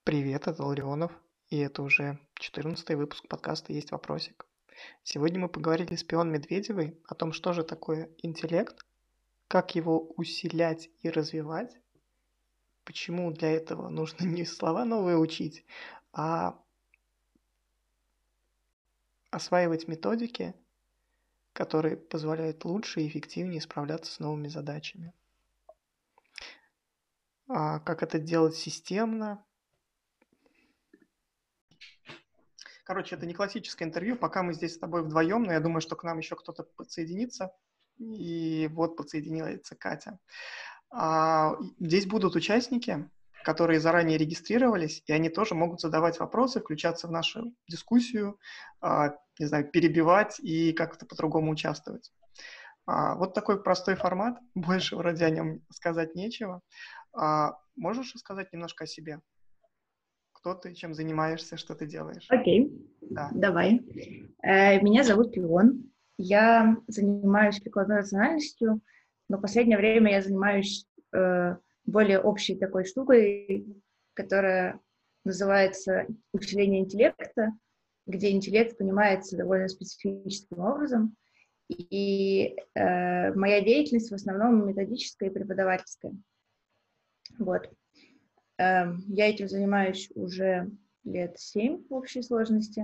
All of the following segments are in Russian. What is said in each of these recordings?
Привет, это Ларионов, и это уже 14-й выпуск подкаста «Есть вопросик». Сегодня мы поговорили с Пион Медведевой о том, что же такое интеллект, как его усилять и развивать, почему для этого нужно не слова новые учить, а осваивать методики, которые позволяют лучше и эффективнее справляться с новыми задачами. Как это делать системно. Короче, это не классическое интервью, пока мы здесь с тобой вдвоем, но я думаю, что к нам еще кто-то подсоединится. И вот подсоединяется Катя. Здесь будут участники, которые заранее регистрировались, и они тоже могут задавать вопросы, включаться в нашу дискуссию, не знаю, перебивать и как-то по-другому участвовать. Вот такой простой формат, больше вроде о нем сказать нечего. Можешь рассказать немножко о себе? Кто ты, чем занимаешься, что ты делаешь? Окей, Да. давай. Меня зовут Пион. Я занимаюсь прикладной рациональностью, но в последнее время я занимаюсь более общей такой штукой, которая называется усиление интеллекта, где интеллект понимается довольно специфическим образом. И моя деятельность в основном методическая и преподавательская. Вот. Я этим занимаюсь уже лет 7 в общей сложности.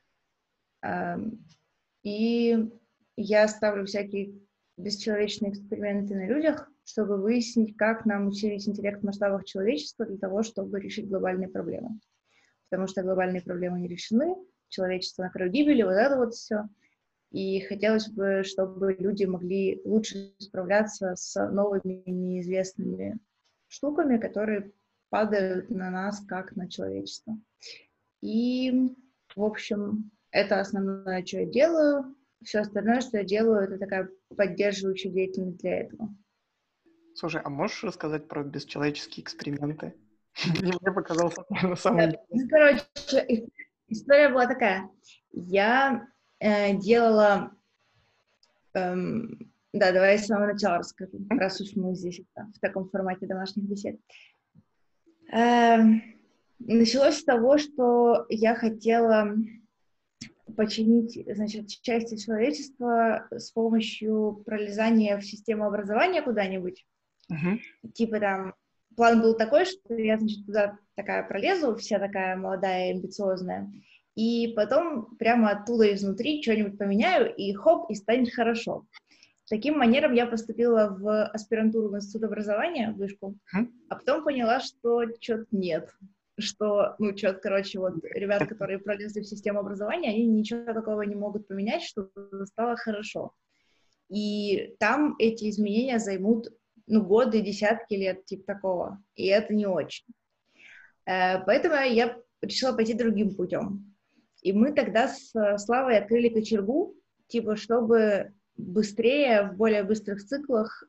И я ставлю всякие бесчеловечные эксперименты на людях, чтобы выяснить, как нам усилить интеллект в масштабах человечества для того, чтобы решить глобальные проблемы. Потому что глобальные проблемы не решены, человечество на краю гибели, вот это вот все. И хотелось бы, чтобы люди могли лучше справляться с новыми неизвестными штуками, которые падают на нас, как на человечество. И, в общем, это основное, что я делаю. Все остальное, что я делаю, это такая поддерживающая деятельность для этого. Слушай, а можешь рассказать про бесчеловеческие эксперименты? Мне показалось, это самое Ну, интересное. короче, история была такая. Я делала... да, давай я с самого начала расскажу, раз уж мы здесь в таком формате домашних бесед. Началось с того, что я хотела починить, значит, части человечества с помощью пролезания в систему образования куда-нибудь. Типа там, план был такой, что я, значит, туда такая пролезу, вся такая молодая и амбициозная, и потом прямо оттуда изнутри что-нибудь поменяю, и хоп, и станет хорошо. Таким манером я поступила в аспирантуру в институт образования, в вышку, а потом поняла, что что-то нет. Что, ну, что-то, короче, вот ребят, которые пролезли в систему образования, они ничего такого не могут поменять, чтобы стало хорошо. И там эти изменения займут, ну, годы, десятки лет, типа такого. И это не очень. Поэтому я решила пойти другим путем. И мы тогда с Славой открыли кочергу, типа, чтобы быстрее, в более быстрых циклах,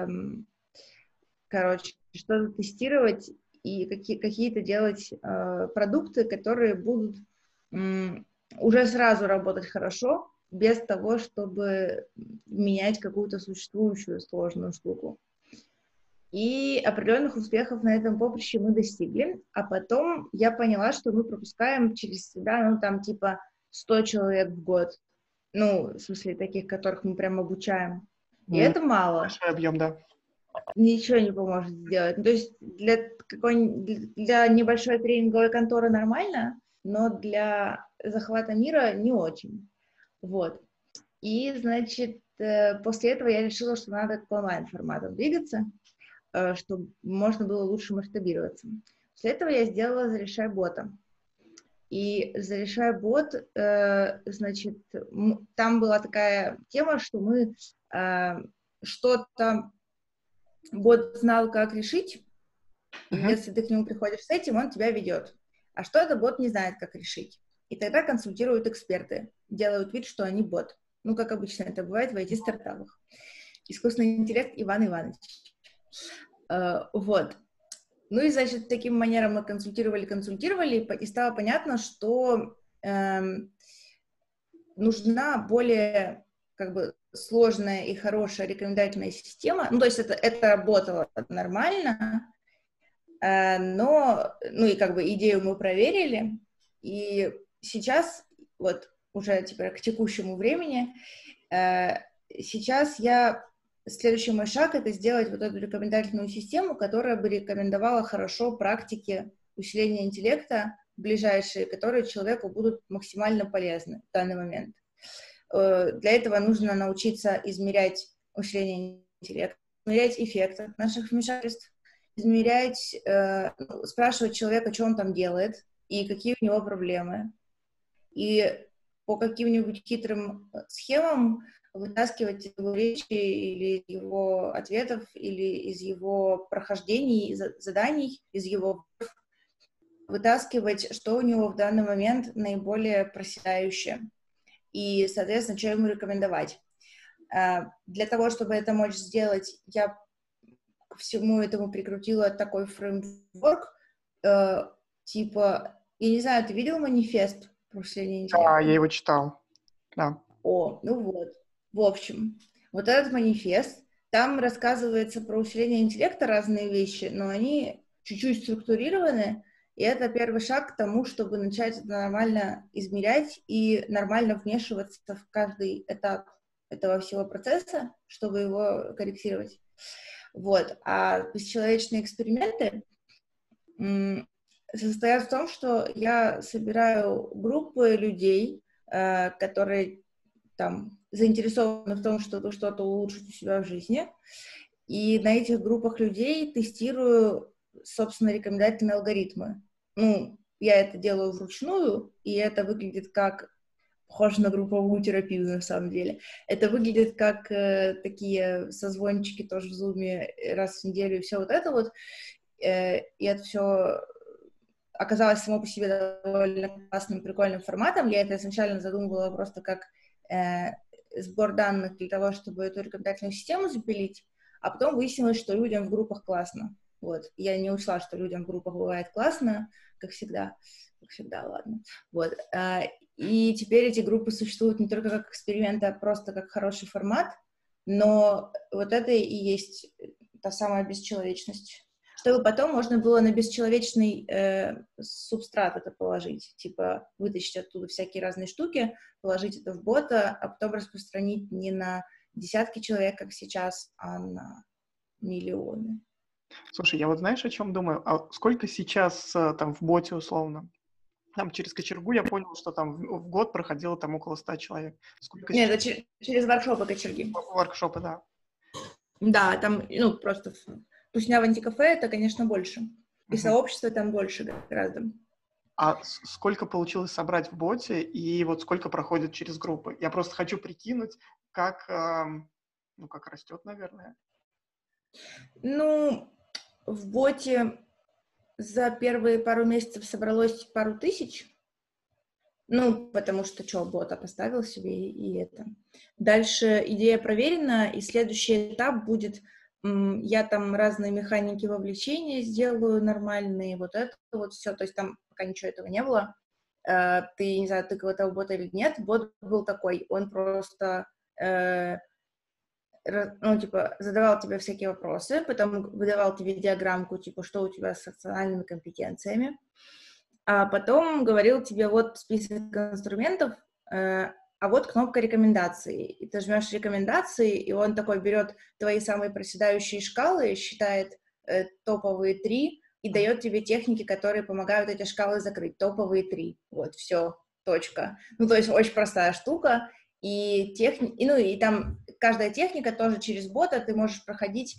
короче, что-то тестировать и какие-то делать продукты, которые будут уже сразу работать хорошо, без того, чтобы менять какую-то существующую сложную штуку. И определенных успехов на этом поприще мы достигли, а потом я поняла, что мы пропускаем через себя, ну, там, типа, 100 человек в год. Ну, в смысле, таких, которых мы прям обучаем. И это мало. Большой объем, да. Ничего не поможет сделать. То есть для небольшой тренинговой конторы нормально, но для захвата мира не очень. Вот. И, значит, после этого я решила, что надо к онлайн-формату двигаться, чтобы можно было лучше масштабироваться. После этого я сделала «Зарешай бота». И «Зарешай бот», значит, там была такая тема, что мы что-то... Бот знал, как решить, и если ты к нему приходишь с этим, он тебя ведет. А что-то бот не знает, как решить. И тогда консультируют эксперты, делают вид, что они бот. Ну, как обычно это бывает в IT-стартапах. Искусственный интеллект Иван Иванович. Вот. Ну и, значит, таким манером мы консультировали, и стало понятно, что нужна более, как бы, сложная и хорошая рекомендательная система. Ну, то есть это работало нормально, но, ну и как бы идею мы проверили, и сейчас, вот уже теперь к текущему времени, сейчас следующий мой шаг — это сделать вот эту рекомендательную систему, которая бы рекомендовала хорошо практики усиления интеллекта ближайшие, которые человеку будут максимально полезны в данный момент. Для этого нужно научиться измерять усиление интеллекта, измерять эффект от наших вмешательств, спрашивать человека, что он там делает и какие у него проблемы. И по каким-нибудь хитрым схемам вытаскивать из его речи или из его ответов, или из его прохождений, заданий, из его вытаскивать, что у него в данный момент наиболее проседающее. И, соответственно, что ему рекомендовать. Для того, чтобы это мочь сделать, я к всему этому прикрутила такой фреймворк, типа, я не знаю, ты видел манифест про усиление интеллекта? Да, я его читал, да. Ну вот. В общем, вот этот манифест, там рассказывается про усиление интеллекта разные вещи, но они чуть-чуть структурированы, и это первый шаг к тому, чтобы начать это нормально измерять и нормально вмешиваться в каждый этап этого всего процесса, чтобы его корректировать. Вот. А бесчеловечные эксперименты состоят в том, что я собираю группы людей, которые там заинтересованы в том, чтобы что-то улучшить у себя в жизни, и на этих группах людей тестирую, собственно, рекомендательные алгоритмы. Ну, я это делаю вручную, и это выглядит как похоже на групповую терапию, на самом деле. Это выглядит как такие созвончики тоже в Zoom раз в неделю, и все вот это вот. И это все оказалось само по себе довольно классным, прикольным форматом. Я это изначально задумывала просто как сбор данных для того, чтобы эту рекомендательную систему запилить, а потом выяснилось, что людям в группах классно. Вот. Я не учла, что людям в группах бывает классно, как всегда. Как всегда, ладно. Вот. И теперь эти группы существуют не только как эксперименты, а просто как хороший формат, но вот это и есть та самая бесчеловечность. Чтобы потом можно было на бесчеловечный субстрат это положить, типа вытащить оттуда всякие разные штуки, положить это в бота, а потом распространить не на десятки человек, как сейчас, а на миллионы. Слушай, я вот знаешь, о чем думаю? А сколько сейчас там в боте условно? Там через кочергу я понял, что там в год проходило там около 100 человек. Сколько Нет, сейчас? это через воркшопы кочерги. Воркшопы, да. Да, там, ну, просто тусня в антикафе, это, конечно, больше. И сообщество там больше гораздо. А сколько получилось собрать в боте и вот сколько проходит через группы? Я просто хочу прикинуть, как, ну, как растет, наверное. Ну, в боте за первые пару месяцев собралось пару тысяч. Ну, потому что, бота поставил себе и это. Дальше идея проверена, и следующий этап будет, я там разные механики вовлечения сделаю нормальные, вот это вот все, то есть там пока ничего этого не было. Ты, не знаю, тыкал этого бота или нет, бот был такой, он просто, задавал тебе всякие вопросы, потом выдавал тебе диаграммку, типа, что у тебя с социальными компетенциями, а потом говорил тебе, вот список инструментов, а вот кнопка рекомендаций. И ты жмешь рекомендации, и он такой берет твои самые проседающие шкалы, считает топовые 3 и дает тебе техники, которые помогают эти шкалы закрыть. Топовые 3. Вот, все, точка. Ну, то есть очень простая штука. И там каждая техника тоже через бота ты можешь проходить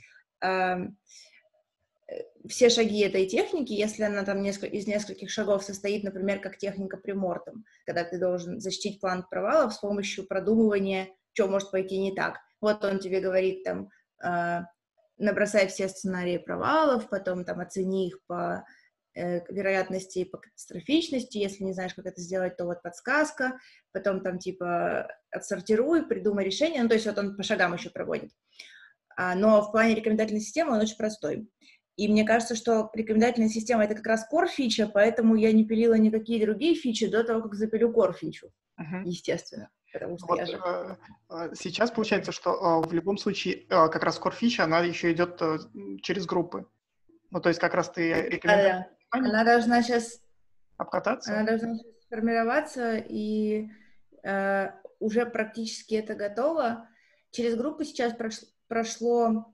все шаги этой техники, если она там из нескольких шагов состоит, например, как техника премортем, когда ты должен защитить план провалов с помощью продумывания, что может пойти не так. Вот он тебе говорит, там, набросай все сценарии провалов, потом там оцени их по вероятности и по катастрофичности, если не знаешь, как это сделать, то вот подсказка, потом там типа отсортируй, придумай решение, ну то есть вот он по шагам еще проводит. Но в плане рекомендательной системы он очень простой. И мне кажется, что рекомендательная система — это как раз core-фича, поэтому я не пилила никакие другие фичи до того, как запилю core-фичу, естественно. Потому что Вот, я же... сейчас получается, что в любом случае как раз core-фича, она еще идет через группы. Ну, то есть как раз ты рекомендуешь Да. Она должна сейчас обкататься? сформироваться, и уже практически это готово. Через группу сейчас прошло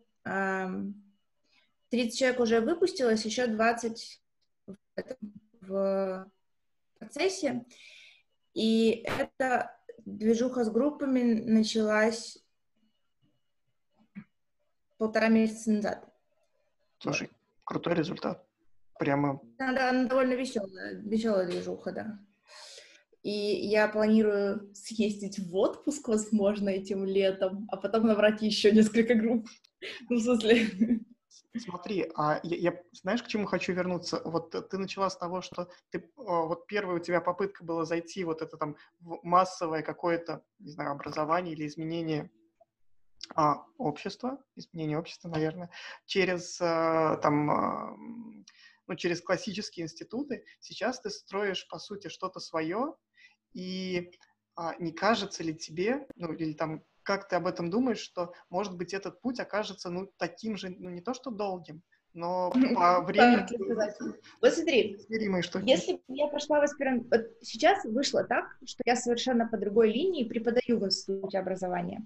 30 человек уже выпустилось, еще 20 в процессе. И эта движуха с группами началась 1,5 месяца назад. Слушай, крутой результат. Прямо... Она довольно веселая движуха, да. И я планирую съездить в отпуск, возможно, этим летом, а потом набрать еще несколько групп. Ну, в смысле... Смотри, я знаешь, к чему хочу вернуться? Вот ты начала с того, что вот первая у тебя попытка была зайти вот это там в массовое какое-то, не знаю, образование или изменение общества, наверное, через через классические институты. Сейчас ты строишь, по сути, что-то свое, и не кажется ли тебе, ну, или там, как ты об этом думаешь, что, может быть, этот путь окажется, ну, таким же, ну, не то что долгим, но по времени... Вот смотри, что если бы я пошла в аспирантуру... Сейчас вышло так, что я совершенно по другой линии преподаю в институте образования.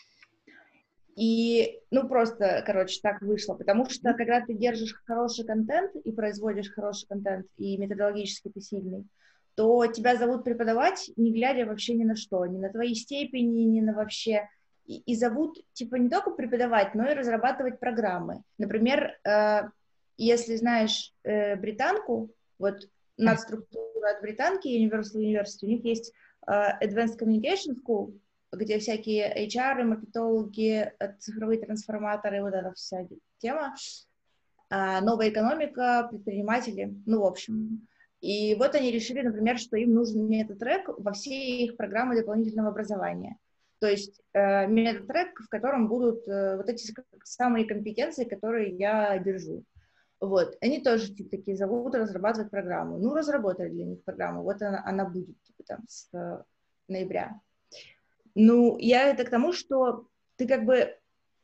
И, ну, просто, короче, так вышло, потому что, когда ты держишь хороший контент и производишь хороший контент, и методологически ты сильный, то тебя зовут преподавать, не глядя вообще ни на что, ни на твои степени, ни на вообще... И зовут, типа, не только преподавать, но и разрабатывать программы. Например, если знаешь британку, вот надструктура от британки, Universal University, у них есть Advanced Communication School, где всякие HR, маркетологи, цифровые трансформаторы, вот эта вся тема, новая экономика, предприниматели, ну, в общем. И вот они решили, например, что им нужен метатрек во все их программы дополнительного образования. То есть метатрек, в котором будут вот эти самые компетенции, которые я держу. Вот. Они тоже типа, такие зовут разрабатывать программу. Ну, разработали для них программу. Вот она будет типа, там, с ноября. Ну, я это к тому, что ты как бы,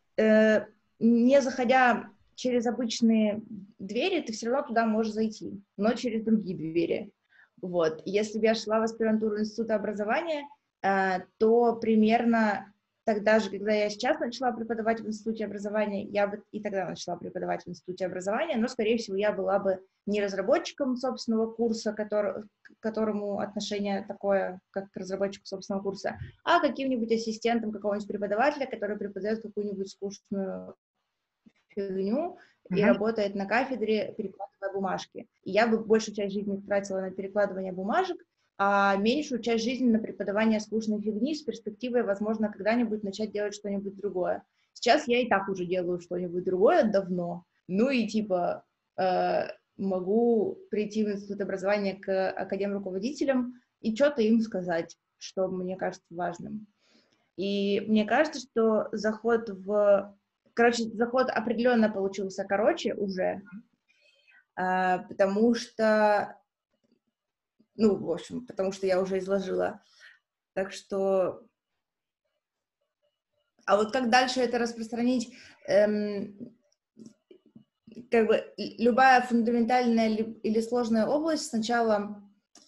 не заходя через обычные двери, ты все равно туда можешь зайти, но через другие двери. Вот. Если бы я шла в аспирантуру Института образования, то примерно тогда же, когда я сейчас начала преподавать в Институте образования, я бы и тогда начала преподавать в Институте образования, но, скорее всего, я была бы не разработчиком собственного курса, к которому отношение такое, как к разработчику собственного курса, а каким-нибудь ассистентом какого-нибудь преподавателя, который преподает какую-нибудь скучную фигню и работает на кафедре, перекладывая бумажки. И я бы большую часть жизни тратила на перекладывание бумажек, а меньшую часть жизни на преподавание скучной фигни с перспективой, возможно, когда-нибудь начать делать что-нибудь другое. Сейчас я и так уже делаю что-нибудь другое давно. Ну и типа могу прийти в институт образования к академ-руководителям и что-то им сказать, что мне кажется важным. И мне кажется, что заход определенно получился короче уже, потому что, ну, в общем, потому что я уже изложила. Так что... А вот как дальше это распространить? Как бы любая фундаментальная или сложная область сначала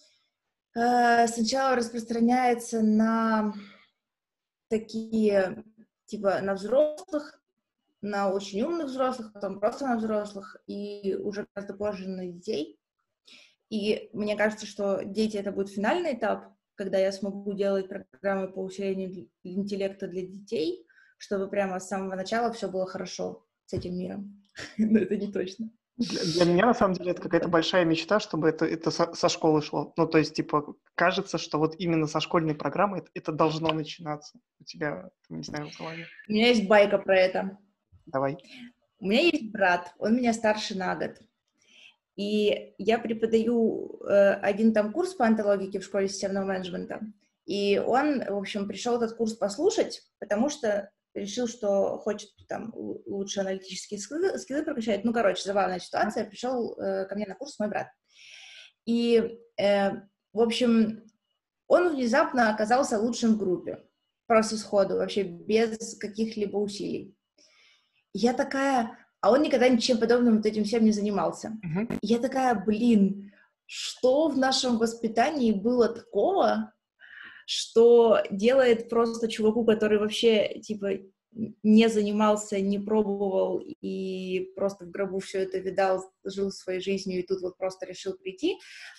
распространяется на такие, типа, на взрослых, на очень умных взрослых, потом просто на взрослых, и уже гораздо позже на детей. И мне кажется, что дети — это будет финальный этап, когда я смогу делать программы по усилению интеллекта для детей, чтобы прямо с самого начала все было хорошо с этим миром. Но это не точно. Для меня, на самом деле, это какая-то большая мечта, чтобы это со школы шло. Ну, то есть, типа, кажется, что вот именно со школьной программы это должно начинаться. У тебя, не знаю, в голове. У меня есть байка про это. Давай. У меня есть брат, он меня старше на год. И я преподаю один там курс по антологике в школе системного менеджмента. И он, в общем, пришел этот курс послушать, потому что решил, что хочет там лучше аналитические скиллы прокачать. Ну, короче, забавная ситуация. Пришел ко мне на курс мой брат. И, в общем, он внезапно оказался лучшим в группе. Просто сходу, вообще без каких-либо усилий. Я такая, а он никогда ничем подобным вот этим всем не занимался. И я такая, блин, что в нашем воспитании было такого, что делает просто чуваку, который вообще, типа, не занимался, не пробовал и просто в гробу все это видал, жил своей жизнью и тут вот просто решил прийти,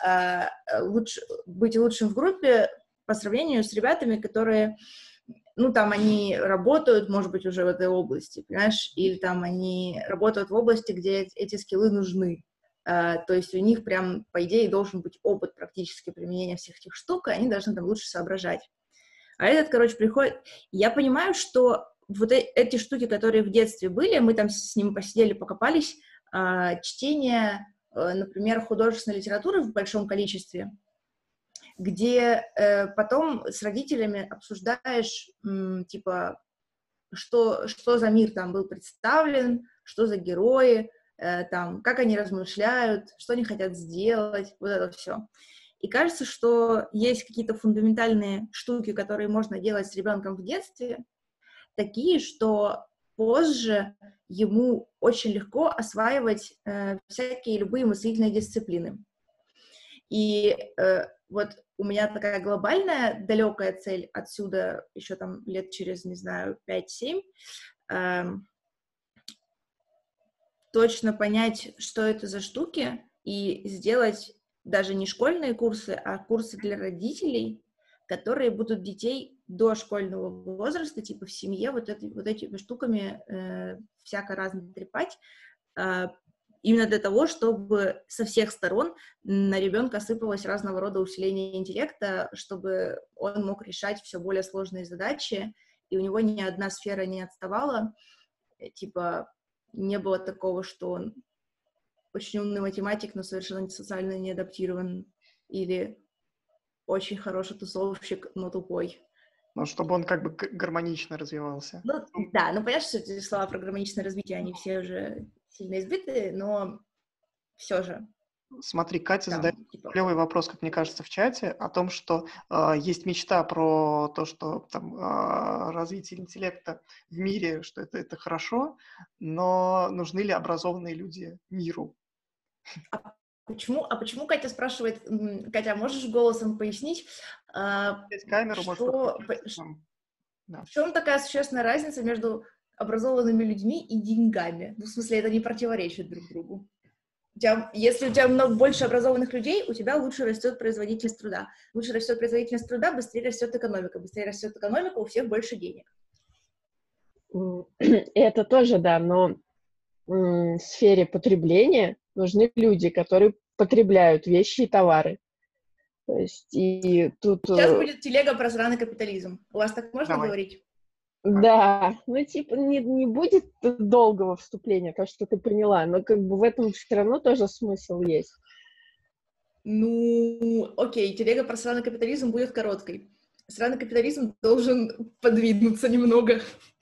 быть лучшим в группе по сравнению с ребятами, которые, ну, там они работают, может быть, уже в этой области, понимаешь, или там они работают в области, где эти скиллы нужны. То есть у них прям, по идее, должен быть опыт практически применения всех этих штук, и они должны там лучше соображать. А этот, короче, приходит... Я понимаю, что вот эти штуки, которые в детстве были, мы там с ним посидели, покопались, чтение, например, художественной литературы в большом количестве, где потом с родителями обсуждаешь, типа, что за мир там был представлен, что за герои, там, как они размышляют, что они хотят сделать, вот это все. И кажется, что есть какие-то фундаментальные штуки, которые можно делать с ребенком в детстве, такие, что позже ему очень легко осваивать всякие любые мыслительные дисциплины. И вот у меня такая глобальная, далекая цель отсюда еще там лет через, не знаю, 5-7, точно понять, что это за штуки, и сделать даже не школьные курсы, а курсы для родителей, которые будут детей до школьного возраста, типа в семье, вот этими штуками всяко разно трепать, именно для того, чтобы со всех сторон на ребенка сыпалось разного рода усиление интеллекта, чтобы он мог решать все более сложные задачи, и у него ни одна сфера не отставала, типа не было такого, что он очень умный математик, но совершенно социально не адаптирован, или очень хороший тусовщик, но тупой. Ну, чтобы он как бы гармонично развивался. Ну, да, ну, понятно, что эти слова про гармоничное развитие, они все уже сильно избиты, но все же. Смотри, Катя Там, задает типа... клевый вопрос, как мне кажется, в чате, о том, что есть мечта про то, что там развитие интеллекта в мире, что это хорошо, но нужны ли образованные люди миру? Почему Катя спрашивает, Катя, можешь голосом пояснить, Есть камеру, может подключиться там. Да. в чем такая существенная разница между образованными людьми и деньгами? Ну, в смысле, это не противоречит друг другу. Если у тебя больше образованных людей, у тебя лучше растет производительность труда. Лучше растет производительность труда, быстрее растет экономика. Быстрее растет экономика, у всех больше денег. Это тоже, да, но в сфере потребления нужны люди, которые потребляют вещи и товары. То есть, и тут... Сейчас будет телега про сраный капитализм. У вас так можно говорить? Да, ну, типа, не будет долгого вступления, то, что ты поняла, но как бы в этом все равно тоже смысл есть. Ну, окей, телега про сраный капитализм будет короткой. Сраный капитализм должен подвинуться немного.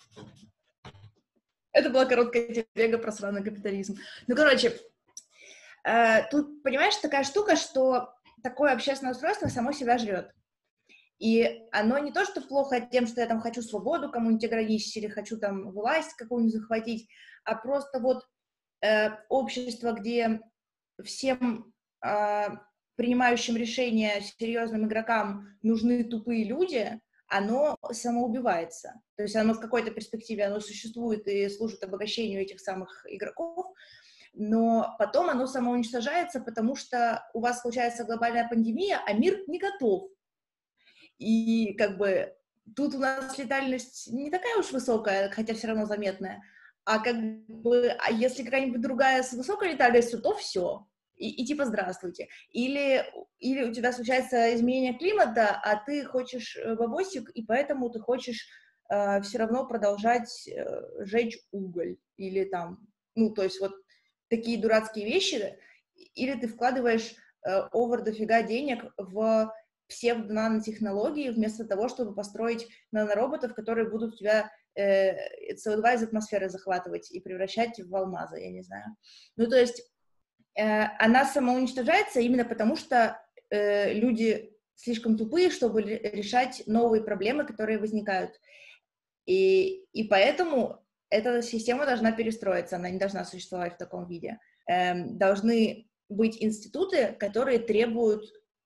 Это была короткая телега про сраный капитализм. Ну, короче, тут, понимаешь, такая штука, что такое общественное устройство само себя жрет. И оно не то, что плохо тем, что я там хочу свободу кому-нибудь ограничить или хочу там власть какую-нибудь захватить, а просто вот общество, где всем принимающим решения серьезным игрокам нужны тупые люди, оно самоубивается. То есть оно в какой-то перспективе оно существует и служит обогащению этих самых игроков, но потом оно самоуничтожается, потому что у вас случается глобальная пандемия, а мир не готов. И как бы тут у нас летальность не такая уж высокая, хотя все равно заметная, а как бы, а если какая-нибудь другая с высокой летальностью, то все. И типа здравствуйте. Или у тебя случается изменение климата, а ты хочешь бабосик, и поэтому ты хочешь все равно продолжать жечь уголь. Или там, ну, то есть вот такие дурацкие вещи. Или ты вкладываешь овер дофига денег в псевдонанотехнологии вместо того, чтобы построить нанороботов, которые будут у тебя CO2 из атмосферы захватывать и превращать в алмазы, я не знаю. Ну, то есть она самоуничтожается именно потому, что люди слишком тупые, чтобы решать новые проблемы, которые возникают. И поэтому эта система должна перестроиться, она не должна существовать в таком виде. Должны быть институты, которые требуют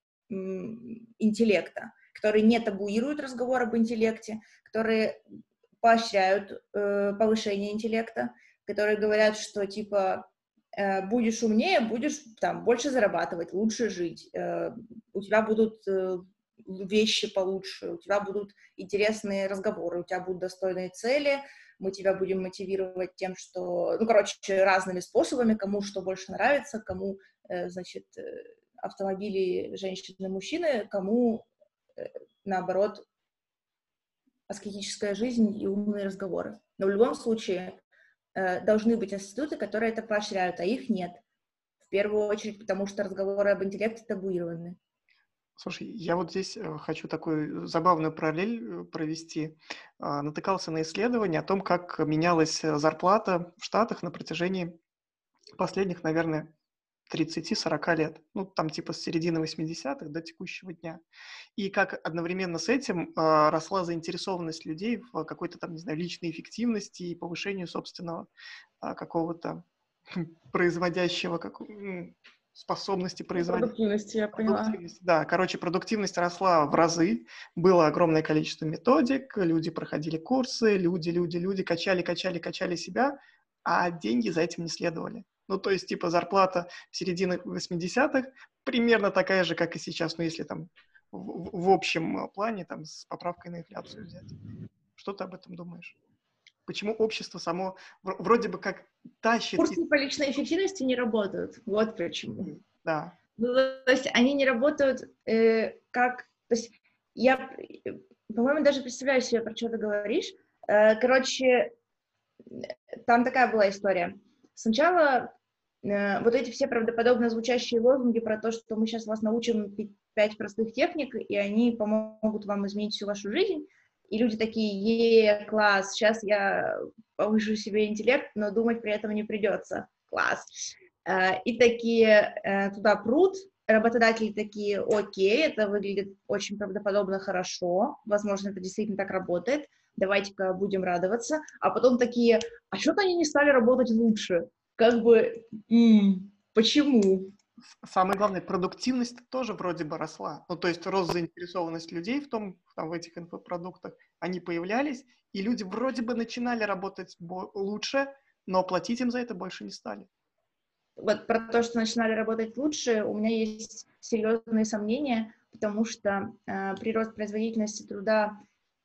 интеллекта, которые не табуируют разговор об интеллекте, которые поощряют повышение интеллекта, которые говорят, что, типа, будешь умнее, будешь там больше зарабатывать, лучше жить, у тебя будут вещи получше, у тебя будут интересные разговоры, у тебя будут достойные цели, мы тебя будем мотивировать тем, что, ну, короче, разными способами, кому что больше нравится, кому, значит, автомобили женщины, мужчины, кому, наоборот, аскетическая жизнь и умные разговоры. Но в любом случае должны быть институты, которые это поощряют, а их нет. В первую очередь, потому что разговоры об интеллекте табуированы. Слушай, я вот здесь хочу такую забавную параллель провести. Натыкался на исследование о том, как менялась зарплата в Штатах на протяжении последних, наверное, 30-40 лет. Ну, там типа с середины 80-х до текущего дня. И как одновременно с этим росла заинтересованность людей в какой-то там, не знаю, личной эффективности и повышению собственного какого-то производящего, способности производить. Продуктивности, я поняла. Да, короче, продуктивность росла в разы, было огромное количество методик, люди проходили курсы, люди качали себя, а деньги за этим не следовали. Ну, то есть, типа, зарплата в середине 80-х примерно такая же, как и сейчас, ну, если там в общем плане, там, с поправкой на инфляцию взять. Что ты об этом думаешь? Почему общество само вроде бы как тащит... Курсы по личной эффективности не работают. Вот почему. Да. Ну, то есть они не работают как... То есть я, по-моему, даже представляю себе, про что ты говоришь. Короче, там такая была история. Сначала вот эти все правдоподобно звучащие лозунги про то, что мы сейчас вас научим 5 простых техник, и они помогут вам изменить всю вашу жизнь. И люди такие, класс, сейчас я повышу себе интеллект, но думать при этом не придется. Класс. И такие туда прут, работодатели такие, окей, это выглядит очень правдоподобно хорошо, возможно, это действительно так работает, давайте-ка будем радоваться, а потом такие, а что-то они не стали работать лучше, как бы, почему? Самое главное, продуктивность тоже вроде бы росла. Ну, то есть рос заинтересованность людей в этих инфопродуктах, они появлялись, и люди вроде бы начинали работать лучше, но платить им за это больше не стали. Вот про то, что начинали работать лучше, у меня есть серьезные сомнения, потому что прирост производительности труда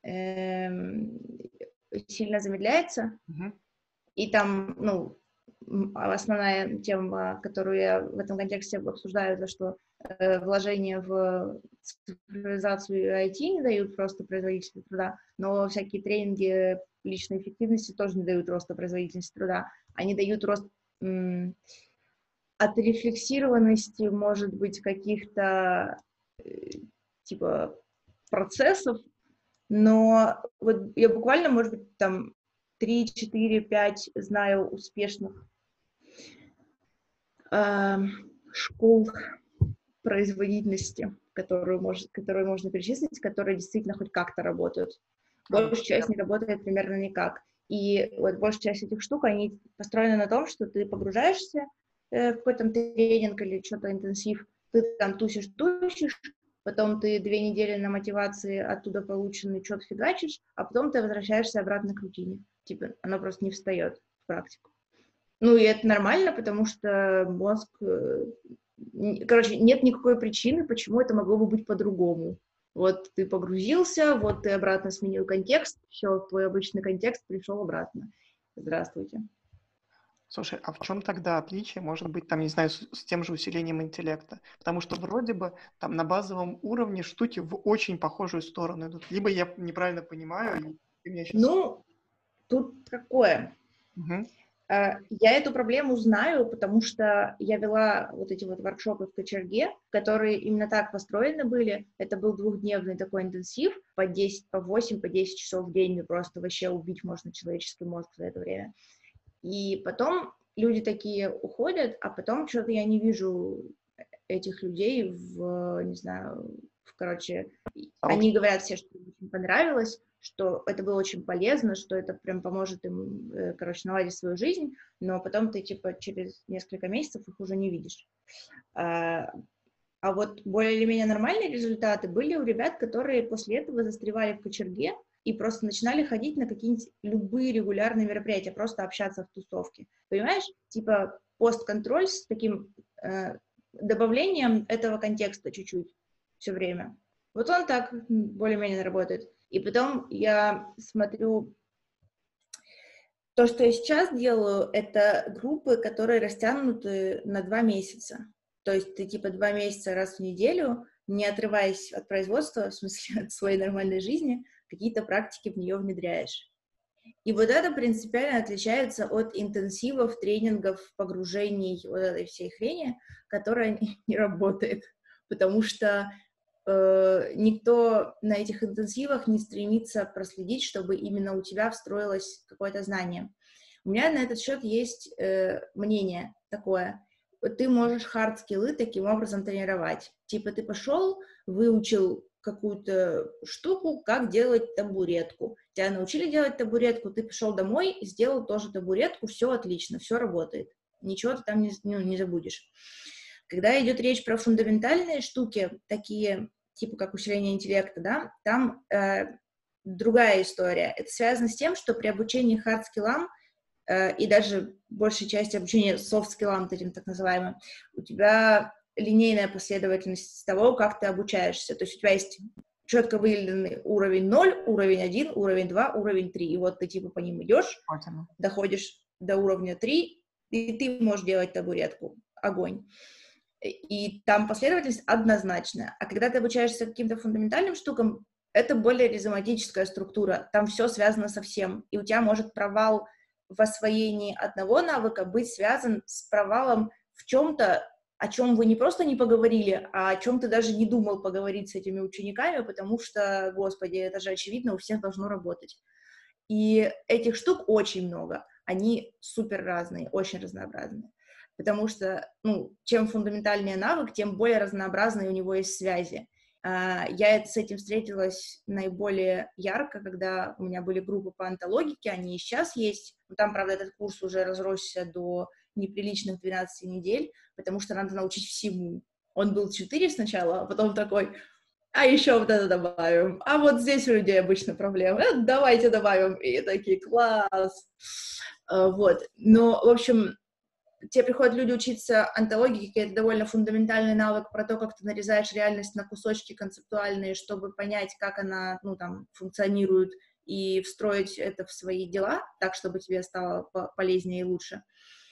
сильно замедляется, и там, ну, основная тема, которую я в этом контексте обсуждаю, это что вложения в цифровизацию и IT не дают роста производительности труда, но всякие тренинги личной эффективности тоже не дают роста производительности труда. Они дают рост отрефлексированности, может быть, каких-то типа процессов, но вот я буквально, может быть, там 3, 4, 5 знаю успешных школ производительности, которые можно перечислить, которые действительно хоть как-то работают. Большая часть не работает примерно никак. И вот большая часть этих штук, они построены на том, что ты погружаешься в какой-то тренинг или что-то интенсив, ты там тусишь, потом ты 2 недели на мотивации оттуда полученный что-то фигачишь, а потом ты возвращаешься обратно к рутине. Типа, оно просто не встает в практику. Ну, и это нормально, потому что мозг... Короче, нет никакой причины, почему это могло бы быть по-другому. Вот ты погрузился, вот ты обратно сменил контекст, все, твой обычный контекст пришел обратно. Здравствуйте. Слушай, а в чем тогда отличие, может быть, там, не знаю, с тем же усилением интеллекта? Потому что вроде бы там на базовом уровне штуки в очень похожую сторону идут. Либо я неправильно понимаю, и ты меня сейчас... Ну, тут какое? Я эту проблему знаю, потому что я вела вот эти вот воркшопы в кочерге, которые именно так построены были. Это был 2-дневный такой интенсив, по 10, по 8, по 10 часов в день, просто вообще убить можно человеческий мозг за это время. И потом люди такие уходят, а потом что-то я не вижу этих людей короче, они говорят все, что им очень понравилось, что это было очень полезно, что это прям поможет им, наладить свою жизнь, но потом ты, типа, через несколько месяцев их уже не видишь. А вот более или менее нормальные результаты были у ребят, которые после этого застревали в кочерге и просто начинали ходить на какие-нибудь любые регулярные мероприятия, просто общаться в тусовке. Понимаешь? Типа постконтроль с таким добавлением этого контекста чуть-чуть все время. Вот он так более-менее работает. И потом я смотрю... То, что я сейчас делаю, это группы, которые растянуты на 2 месяца. То есть ты типа 2 месяца раз в неделю, не отрываясь от производства, в смысле от своей нормальной жизни, какие-то практики в нее внедряешь. И вот это принципиально отличается от интенсивов, тренингов, погружений, вот этой всей хрени, которая не работает. Потому что никто на этих интенсивах не стремится проследить, чтобы именно у тебя встроилось какое-то знание. У меня на этот счет есть мнение такое. Ты можешь хард-скиллы таким образом тренировать. Типа ты пошел, выучил какую-то штуку, как делать табуретку. Тебя научили делать табуретку, ты пришел домой, сделал тоже табуретку, все отлично, все работает. Ничего ты там не забудешь. Когда идет речь про фундаментальные штуки, такие, типа как усиление интеллекта, да, там другая история. Это связано с тем, что при обучении хард-скиллам и даже большей части обучения софт-скиллам, этим так называемым, у тебя линейная последовательность того, как ты обучаешься. То есть у тебя есть четко выделенный уровень 0, уровень 1, уровень 2, уровень 3. И вот ты типа по ним идешь, доходишь до уровня 3, и ты можешь делать табуретку. Огонь. И там последовательность однозначная. А когда ты обучаешься каким-то фундаментальным штукам, это более ризоматическая структура. Там все связано со всем. И у тебя может провал в освоении одного навыка быть связан с провалом в чем-то, о чем вы не просто не поговорили, а о чем ты даже не думал поговорить с этими учениками, потому что, господи, это же очевидно, у всех должно работать. И этих штук очень много. Они супер разные, очень разнообразные. Потому что, чем фундаментальнее навык, тем более разнообразные у него есть связи. Я с этим встретилась наиболее ярко, когда у меня были группы по онтологике, они и сейчас есть. Там, правда, этот курс уже разросся до неприличных 12 недель, потому что надо научить всему. Он был 4 сначала, а потом такой, а еще вот это добавим. А вот здесь у людей обычно проблемы. Давайте добавим. И такие, класс. Вот. Но, в общем, тебе приходят люди учиться онтологии, это довольно фундаментальный навык про то, как ты нарезаешь реальность на кусочки концептуальные, чтобы понять, как она, функционирует, и встроить это в свои дела, так, чтобы тебе стало полезнее и лучше.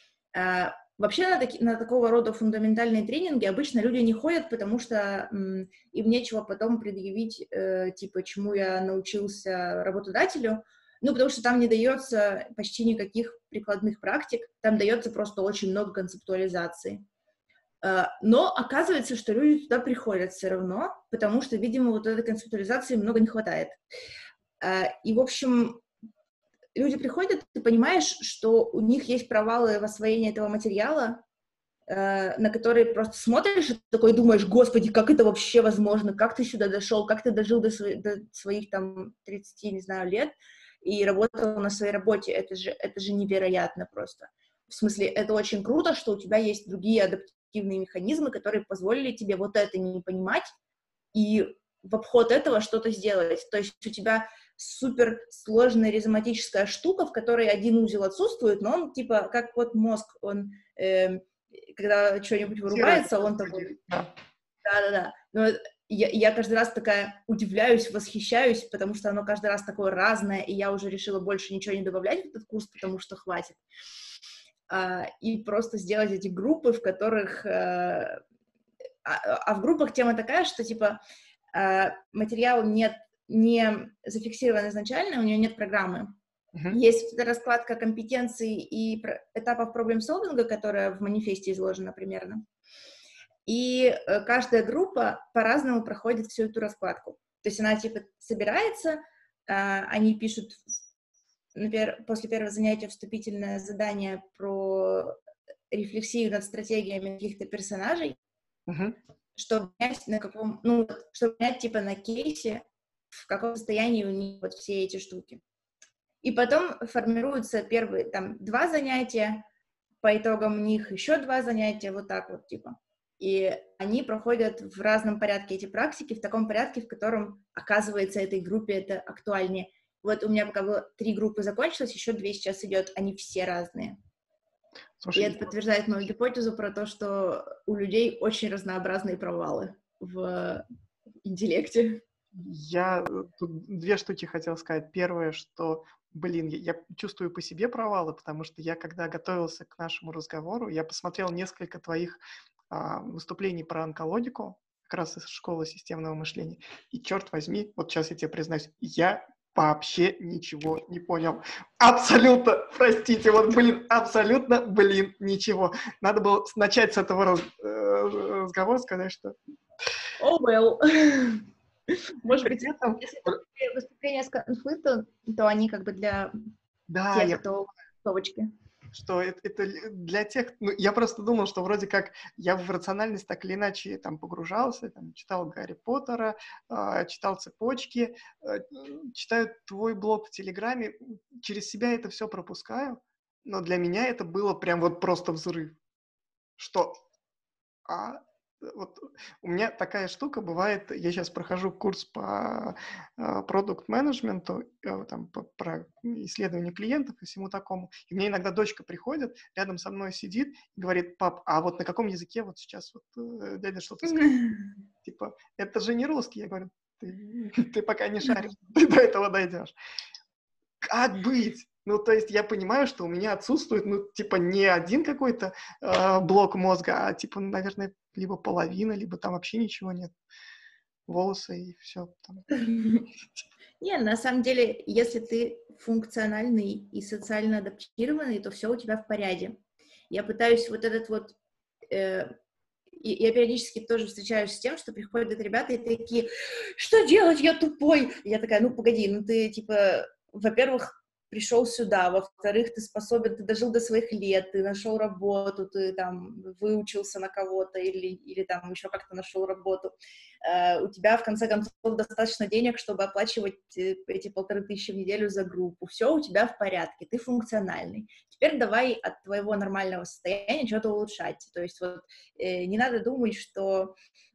Вообще на такого рода фундаментальные тренинги обычно люди не ходят, потому что им нечего потом предъявить, типа, чему я научился работодателю, потому что там не дается почти никаких прикладных практик, там дается просто очень много концептуализации. Но оказывается, что люди туда приходят все равно, потому что, видимо, вот этой концептуализации много не хватает. И, в общем, люди приходят, ты понимаешь, что у них есть провалы в освоении этого материала, на которые просто смотришь и такой думаешь, господи, как это вообще возможно, как ты сюда дошел, как ты дожил до своих там 30, не знаю, лет и работал на своей работе, это же невероятно просто. В смысле, это очень круто, что у тебя есть другие адаптивные механизмы, которые позволили тебе вот это не понимать и в обход этого что-то сделать. То есть у тебя супер сложная ризоматическая штука, в которой один узел отсутствует, но он типа, как вот мозг, он, когда что-нибудь вырубается, он такой... Да-да-да. Но я каждый раз такая удивляюсь, восхищаюсь, потому что оно каждый раз такое разное, и я уже решила больше ничего не добавлять в этот курс, потому что хватит. И просто сделать эти группы, в которых... в группах тема такая, что, типа, материал не зафиксирован изначально, у него нет программы. Есть раскладка компетенций и этапов проблем-солвинга, которая в манифесте изложена примерно. И каждая группа по-разному проходит всю эту раскладку. То есть она, типа, собирается, они пишут, например, после первого занятия вступительное задание про рефлексию над стратегиями каких-то персонажей, чтобы понять, чтобы понять, типа, на кейсе, в каком состоянии у них вот все эти штуки. И потом формируются первые там 2 занятия, по итогам них еще 2 занятия, вот так вот, типа. И они проходят в разном порядке эти практики, в таком порядке, в котором, оказывается, этой группе это актуальнее. Вот у меня пока было 3 группы закончилось, еще 2 сейчас идет, они все разные. Слушай, И это подтверждает мою гипотезу про то, что у людей очень разнообразные провалы в интеллекте. я тут 2 штуки хотел сказать. Первое, что, блин, я чувствую по себе провалы, потому что я, когда готовился к нашему разговору, я посмотрел несколько твоих выступлений про онкологику, как раз из школы системного мышления. И, черт возьми, вот сейчас я тебе признаюсь, я вообще ничего не понял. Абсолютно, простите, вот, блин, абсолютно, блин, ничего. Надо было начать с этого разговора, сказать, что... Oh well. Может быть, При этом- если это выступление с конфы, то они как бы для Да, тех, я кто в топочке. что это для тех... Ну, я просто думал, что вроде как я в рациональность так или иначе там погружался, там, читал Гарри Поттера, читал «Цепочки», читаю твой блог в Телеграме, через себя это все пропускаю, но для меня это было прям вот просто взрыв. Что... Вот у меня такая штука бывает, я сейчас прохожу курс по продукт-менеджменту, там, про исследование клиентов и всему такому. И мне иногда дочка приходит, рядом со мной сидит и говорит: пап, а вот на каком языке вот сейчас вот дядя что-то сказал? Типа, это же не русский. Я говорю: ты пока не шаришь, ты до этого дойдешь. Как быть? Ну, то есть я понимаю, что у меня отсутствует, ну, типа, не один какой-то блок мозга, а, типа, наверное, либо половина, либо там вообще ничего нет. Волосы и все. Не, на самом деле, если ты функциональный и социально адаптированный, то все у тебя в порядке. Я пытаюсь вот этот вот... я периодически тоже встречаюсь с тем, что приходят ребята и такие: что делать, я тупой. И я такая: ну, погоди, ну ты, типа, во-первых, пришел сюда, во-вторых, ты способен, ты дожил до своих лет, ты нашел работу, ты там выучился на кого-то или там еще как-то нашел работу. У тебя, в конце концов, достаточно денег, чтобы оплачивать эти 1500 в неделю за группу. Все у тебя в порядке, ты функциональный. Теперь давай от твоего нормального состояния что-то улучшать. То есть вот не надо думать, что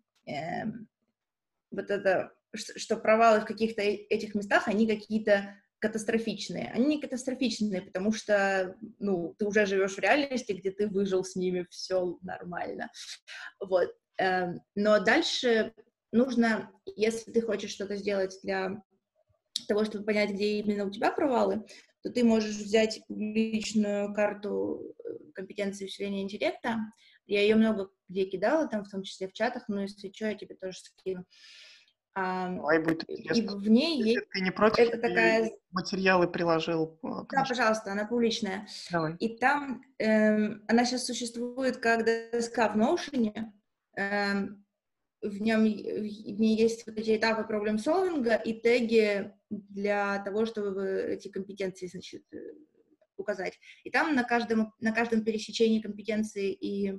вот это, что провалы в каких-то этих местах, они какие-то катастрофичные. Они не катастрофичные, потому что, ну, ты уже живешь в реальности, где ты выжил с ними, все нормально. Вот. Но дальше нужно, если ты хочешь что-то сделать для того, чтобы понять, где именно у тебя провалы, то ты можешь взять личную карту компетенции усиления интеллекта. Я ее много где кидала, там в том числе в чатах, но если что, я тебе тоже скину. Давай, будет И интересно. в ней Если есть... ты не против, Это я такая... материалы приложил к Да, нашему. пожалуйста, она публичная. Давай. И там она сейчас существует как доска в Notion. В ней есть вот эти этапы проблем-солвинга и теги для того, чтобы эти компетенции, значит, указать. И там на каждом пересечении компетенции и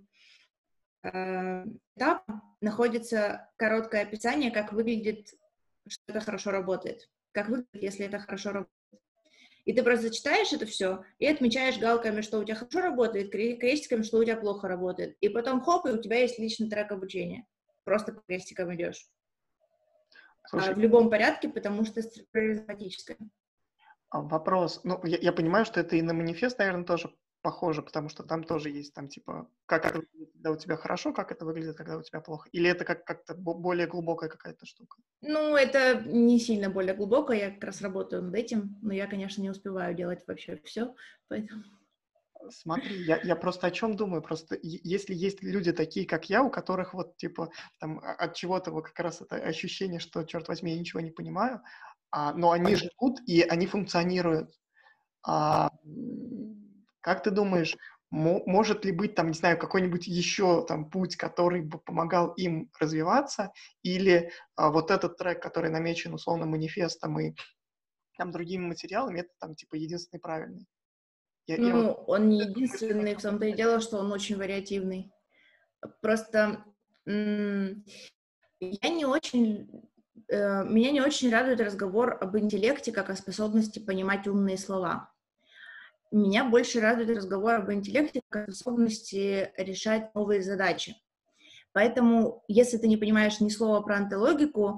этапа находится короткое описание, как выглядит, что это хорошо работает. Как выглядит, если это хорошо работает. И ты просто читаешь это все и отмечаешь галками, что у тебя хорошо работает, крестиками, что у тебя плохо работает. И потом хоп, и у тебя есть личный трек обучения. Просто по крестикам идешь. Слушай, В любом порядке, потому что структура изоматическая. вопрос. Ну, я понимаю, что это и на манифест, наверное, тоже похоже, потому что там тоже есть там, типа, как это выглядит, когда у тебя хорошо, как это выглядит, когда у тебя плохо. Или это как-то более глубокая какая-то штука? Ну, это не сильно более глубоко, я как раз работаю над этим, но я, конечно, не успеваю делать вообще все, поэтому... Смотри, я просто о чем думаю, просто если есть люди такие, как я, у которых вот, типа, там, от чего-то вот как раз это ощущение, что, черт возьми, я ничего не понимаю, но они живут и они функционируют. Как ты думаешь, может ли быть там, не знаю, какой-нибудь еще там путь, который бы помогал им развиваться, или вот этот трек, который намечен условно манифестом и там другими материалами, это там типа единственный правильный? Я вот... он не единственный, в том-то и дело, что он очень вариативный. Просто я не очень меня не очень радует разговор об интеллекте как о способности понимать умные слова. Меня больше радует разговор об интеллекте как о способности решать новые задачи. Поэтому, если ты не понимаешь ни слова про онтологику,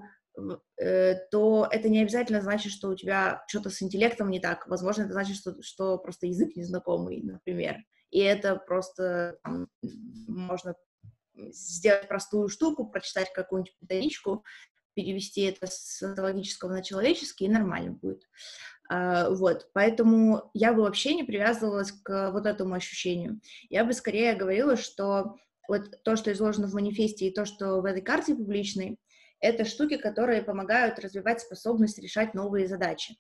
то это не обязательно значит, что у тебя что-то с интеллектом не так. Возможно, это значит, что просто язык незнакомый, например. И это просто там, можно сделать простую штуку, прочитать какую-нибудь методичку, перевести это с онтологического на человеческий, и нормально будет. Вот, поэтому я бы вообще не привязывалась к вот этому ощущению. Я бы скорее говорила, что вот то, что изложено в манифесте, и то, что в этой карте публичной, это штуки, которые помогают развивать способность решать новые задачи.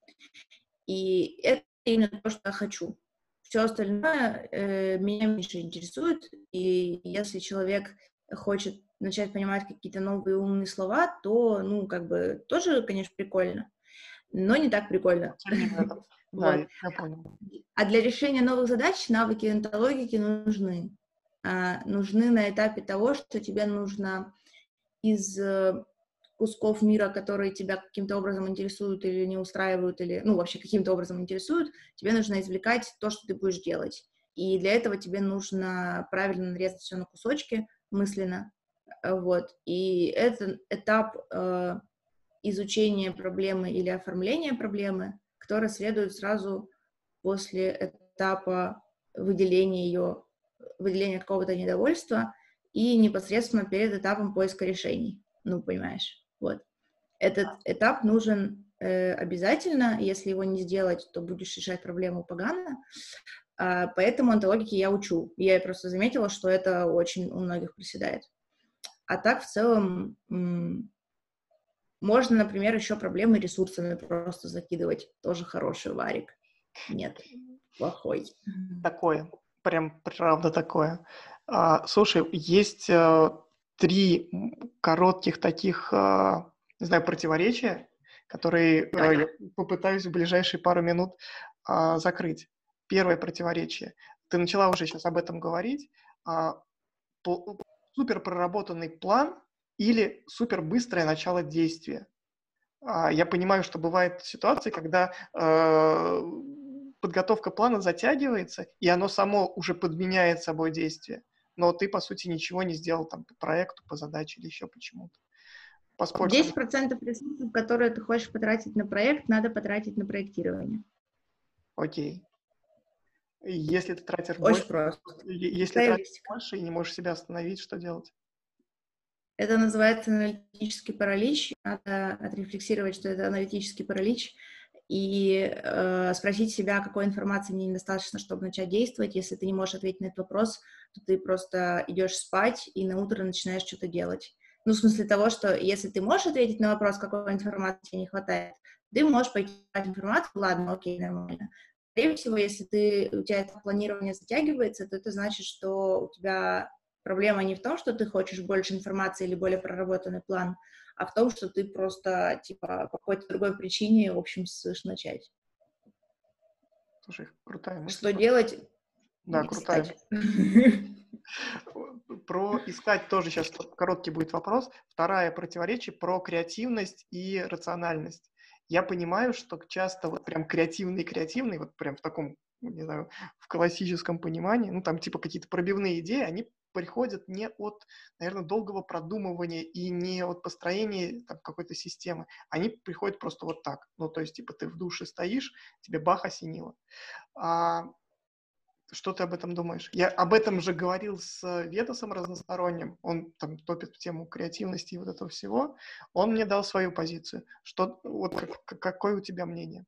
И это именно то, что я хочу. Все остальное меня меньше интересует, и если человек хочет начать понимать какие-то новые умные слова, то, ну, как бы, тоже, конечно, прикольно, но не так прикольно. Да, Вот. я понял. А для решения новых задач навыки онтологики нужны. Нужны на этапе того, что тебе нужно из кусков мира, которые тебя каким-то образом интересуют или не устраивают, или, ну, вообще каким-то образом интересуют, тебе нужно извлекать то, что ты будешь делать. И для этого тебе нужно правильно нарезать все на кусочки мысленно. Вот. И это этап изучения проблемы или оформления проблемы, который следует сразу после этапа выделения какого-то недовольства и непосредственно перед этапом поиска решений. Ну, понимаешь, вот. Этот этап нужен обязательно, если его не сделать, то будешь решать проблему погано, поэтому онтологики я учу. Я просто заметила, что это очень у многих проседает. А так, в целом, можно, например, еще проблемы ресурсами просто закидывать. Тоже хороший варик. Нет, плохой. Такое, прям правда такое. Слушай, есть 3 коротких таких, не знаю, противоречия, которые я попытаюсь в ближайшие пару минут закрыть. Первое противоречие. Ты начала уже сейчас об этом говорить. Супер проработанный план или супер быстрое начало действия. Я понимаю, что бывают ситуации, когда подготовка плана затягивается, и оно само уже подменяет собой действие. Но ты, по сути, ничего не сделал там по проекту, по задаче или еще почему-то. Поспорь со мной. 10% ресурсов, которые ты хочешь потратить на проект, надо потратить на проектирование. Окей. Если ты тратишь Очень больше, просто. если тратишь больше и не можешь себя остановить, что делать? Это называется аналитический паралич. Надо отрефлексировать, что это аналитический паралич, и спросить себя, какой информации мне недостаточно, чтобы начать действовать. Если ты не можешь ответить на этот вопрос, то ты просто идешь спать и на утро начинаешь что-то делать. Ну, в смысле того, что если ты можешь ответить на вопрос, какой информации тебе не хватает, ты можешь пойти искать информацию, ладно, окей, нормально. Скорее всего, если у тебя это планирование затягивается, то это значит, что у тебя проблема не в том, что ты хочешь больше информации или более проработанный план, а в том, что ты просто, типа, по какой-то другой причине, в общем, слышишь начать. Слушай, крутая мысль. Что делать? Да, крутая. Про искать тоже сейчас короткий будет вопрос. Второе противоречие про креативность и рациональность. Я понимаю, что часто вот прям креативный, вот прям в таком, не знаю, в классическом понимании, ну там типа какие-то пробивные идеи, они приходят не от, наверное, долгого продумывания и не от построения там, какой-то системы. Они приходят просто вот так. Ну, то есть, типа, ты в душе стоишь, тебе бах осенило. Что ты об этом думаешь? Я об этом же говорил с Ветосом разносторонним. Он там топит в тему креативности и вот этого всего. Он мне дал свою позицию. Что, вот какое у тебя мнение?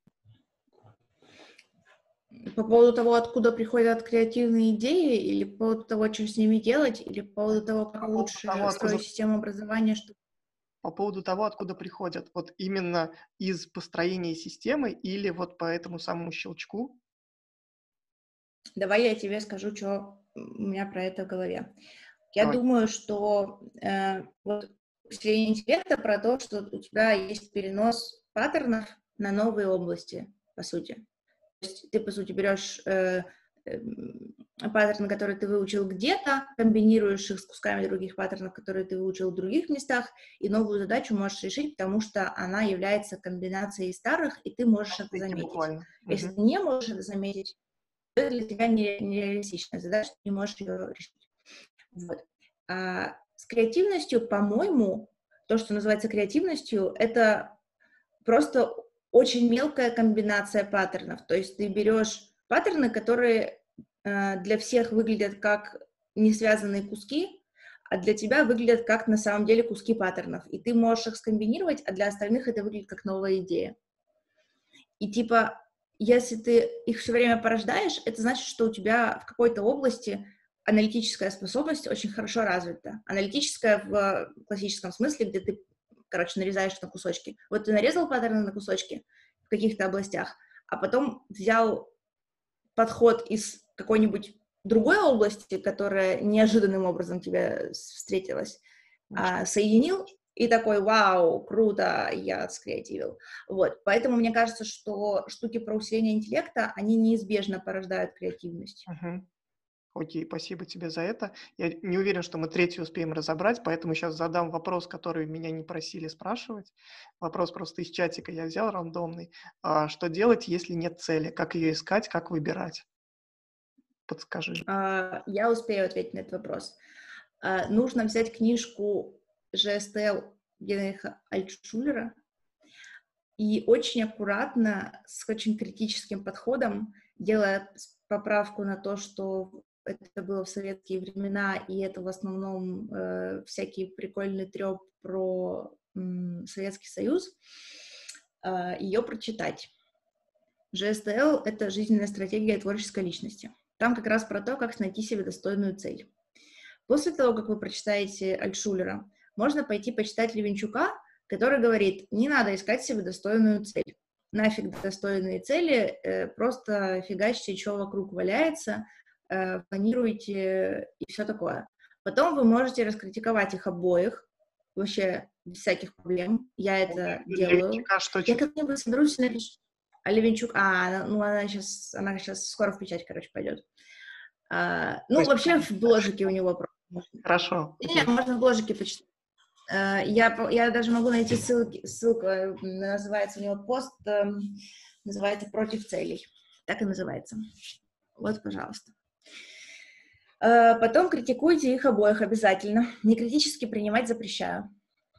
По поводу того, откуда приходят креативные идеи, или по поводу того, что с ними делать, или по поводу того, как лучше строить систему образования, чтобы... По поводу того, откуда приходят. Вот именно из построения системы или вот по этому самому щелчку? Давай я тебе скажу, что у меня про это в голове. Я Давай. думаю, что вот усиление интеллекта про то, что у тебя есть перенос паттернов на новые области, по сути. То есть ты, по сути, берешь паттерны, которые ты выучил где-то, комбинируешь их с кусками других паттернов, которые ты выучил в других местах, и новую задачу можешь решить, потому что она является комбинацией старых, и ты можешь это заметить. Буквально. Если ты не можешь это заметить, то это для тебя нереалистичная задача, ты не можешь ее решить. Вот. А с креативностью, по-моему, то, что называется креативностью, это просто очень мелкая комбинация паттернов. То есть ты берешь паттерны, которые для всех выглядят как не связанные куски, а для тебя выглядят как на самом деле куски паттернов. И ты можешь их скомбинировать, а для остальных это выглядит как новая идея. И типа, если ты их все время порождаешь, это значит, что у тебя в какой-то области аналитическая способность очень хорошо развита. Аналитическая в классическом смысле, где ты, короче, нарезаешь на кусочки. Вот ты нарезал паттерны на кусочки в каких-то областях, а потом взял подход из какой-нибудь другой области, которая неожиданным образом тебе встретилась, соединил, и такой, вау, круто, я скреативил. Вот, поэтому мне кажется, что штуки про усиление интеллекта, они неизбежно порождают креативность. Окей, спасибо тебе за это. Я не уверен, что мы третью успеем разобрать, поэтому сейчас задам вопрос, который меня не просили спрашивать. Вопрос просто из чатика я взял рандомный. Что делать, если нет цели? Как ее искать, как выбирать? Подскажи. Я успею ответить на этот вопрос. Нужно взять книжку ЖСТЛ Генриха Альтшулера и очень аккуратно, с очень критическим подходом, делая поправку на то, что это было в советские времена, и это в основном всякий прикольный трёп про Советский Союз, ее прочитать. ЖСТЛ — это жизненная стратегия творческой личности. Там как раз про то, как найти себе достойную цель. После того, как вы прочитаете Альтшулера, можно пойти почитать Левинчука, который говорит, не надо искать себе достойную цель. Нафиг достойные цели, просто фигачьте, что вокруг валяется, планируйте и все такое. Потом вы можете раскритиковать их обоих, вообще без всяких проблем. Я это делаю. Я как-нибудь соберусь и напишу. А Левинчук, ну она сейчас скоро в печать, короче, пойдет. Вообще в бложике у него просто. Хорошо. Нет, можно в бложике почитать. Я даже могу найти ссылку, называется у него пост, называется «Против целей». Так и называется. Вот, пожалуйста. Потом критикуйте их обоих обязательно. Не критически принимать запрещаю.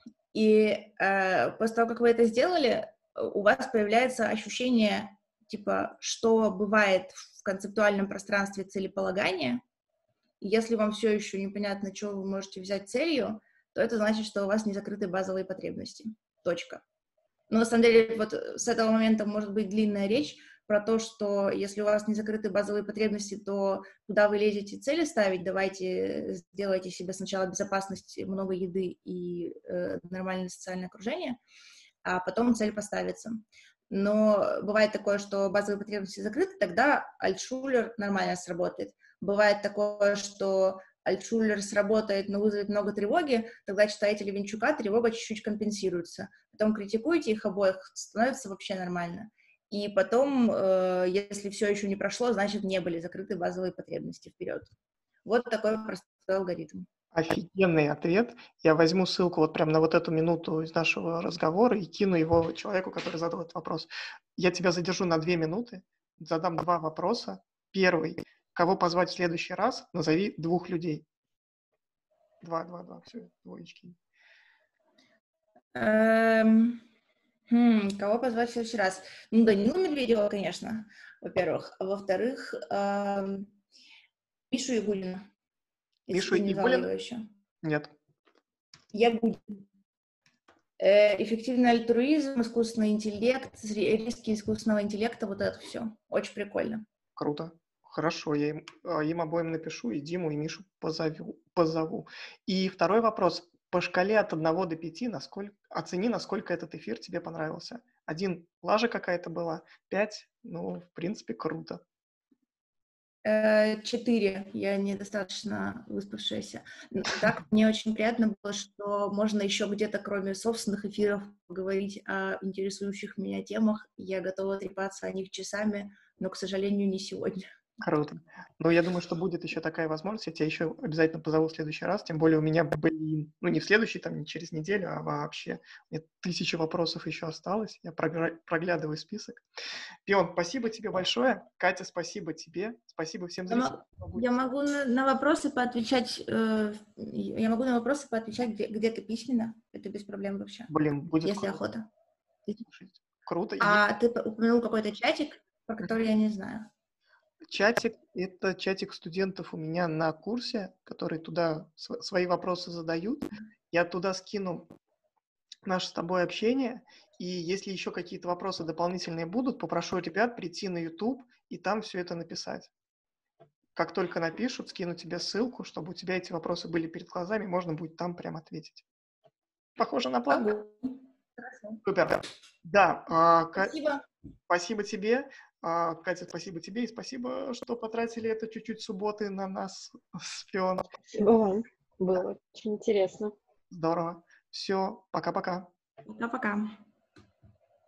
И после того, как вы это сделали, у вас появляется ощущение, типа, что бывает в концептуальном пространстве целеполагания. И если вам все еще непонятно, что вы можете взять целью, то это значит, что у вас не закрыты базовые потребности. Точка. Но на самом деле вот с этого момента может быть длинная речь про то, что если у вас не закрыты базовые потребности, то куда вы лезете цели ставить, давайте сделайте себе сначала безопасность, много еды и нормальное социальное окружение, а потом цель поставится. Но бывает такое, что базовые потребности закрыты, тогда Альтшулер нормально сработает. Бывает такое, что Альтшулер сработает, но вызовет много тревоги, тогда читаете Левинчука, тревога чуть-чуть компенсируется. Потом критикуете их обоих, становится вообще нормально. И потом, если все еще не прошло, значит, не были закрыты базовые потребности вперед. Вот такой простой алгоритм. Офигенный ответ. Я возьму ссылку вот прямо на вот эту минуту из нашего разговора и кину его человеку, который задал этот вопрос. Я тебя задержу на 2 минуты, задам 2 вопроса. Первый. Кого позвать в следующий раз? Назови 2 людей. 2. Все, двоечки. Кого позвать в следующий раз? Данилу Медведева, конечно, во-первых. А во-вторых, Мишу Ягудина. Мишу Ягудина? Еще. Нет. Ягудин. Эффективный альтруизм, искусственный интеллект, риски искусственного интеллекта, вот это все. Очень прикольно. Круто. Хорошо, я им обоим напишу, и Диму, и Мишу позову. И второй вопрос. По шкале от 1 до 5 оцени, насколько этот эфир тебе понравился. 1 лажа какая-то была, 5, в принципе, круто. 4. Я недостаточно выспавшаяся. Так, мне очень приятно было, что можно еще где-то, кроме собственных эфиров, поговорить о интересующих меня темах. Я готова трепаться о них часами, но, к сожалению, не сегодня. Круто. Ну, я думаю, что будет еще такая возможность. Я тебя еще обязательно позову в следующий раз. Тем более у меня были, ну, не в следующий, там, не через неделю, а вообще. У меня 1000 вопросов еще осталось. Я проглядываю список. Пион, спасибо тебе большое. Катя, спасибо тебе. Спасибо всем зрителям. Я могу на вопросы поотвечать, где-то письменно. Это без проблем вообще, Блин, будет если круто. охота. Слушайте, круто. А ты упомянул какой-то чатик, про который я не знаю. Чатик — это чатик студентов у меня на курсе, которые туда свои вопросы задают. Я туда скину наше с тобой общение, и если еще какие-то вопросы дополнительные будут, попрошу ребят прийти на YouTube и там все это написать. Как только напишут, скину тебе ссылку, чтобы у тебя эти вопросы были перед глазами, можно будет там прям ответить. Похоже на план? Хорошо. Супер. Да, Спасибо. спасибо тебе. Катя, спасибо тебе, и спасибо, что потратили это чуть-чуть субботы на нас с Пионом. Спасибо вам. Было очень интересно. Здорово. Все, пока-пока. Пока-пока.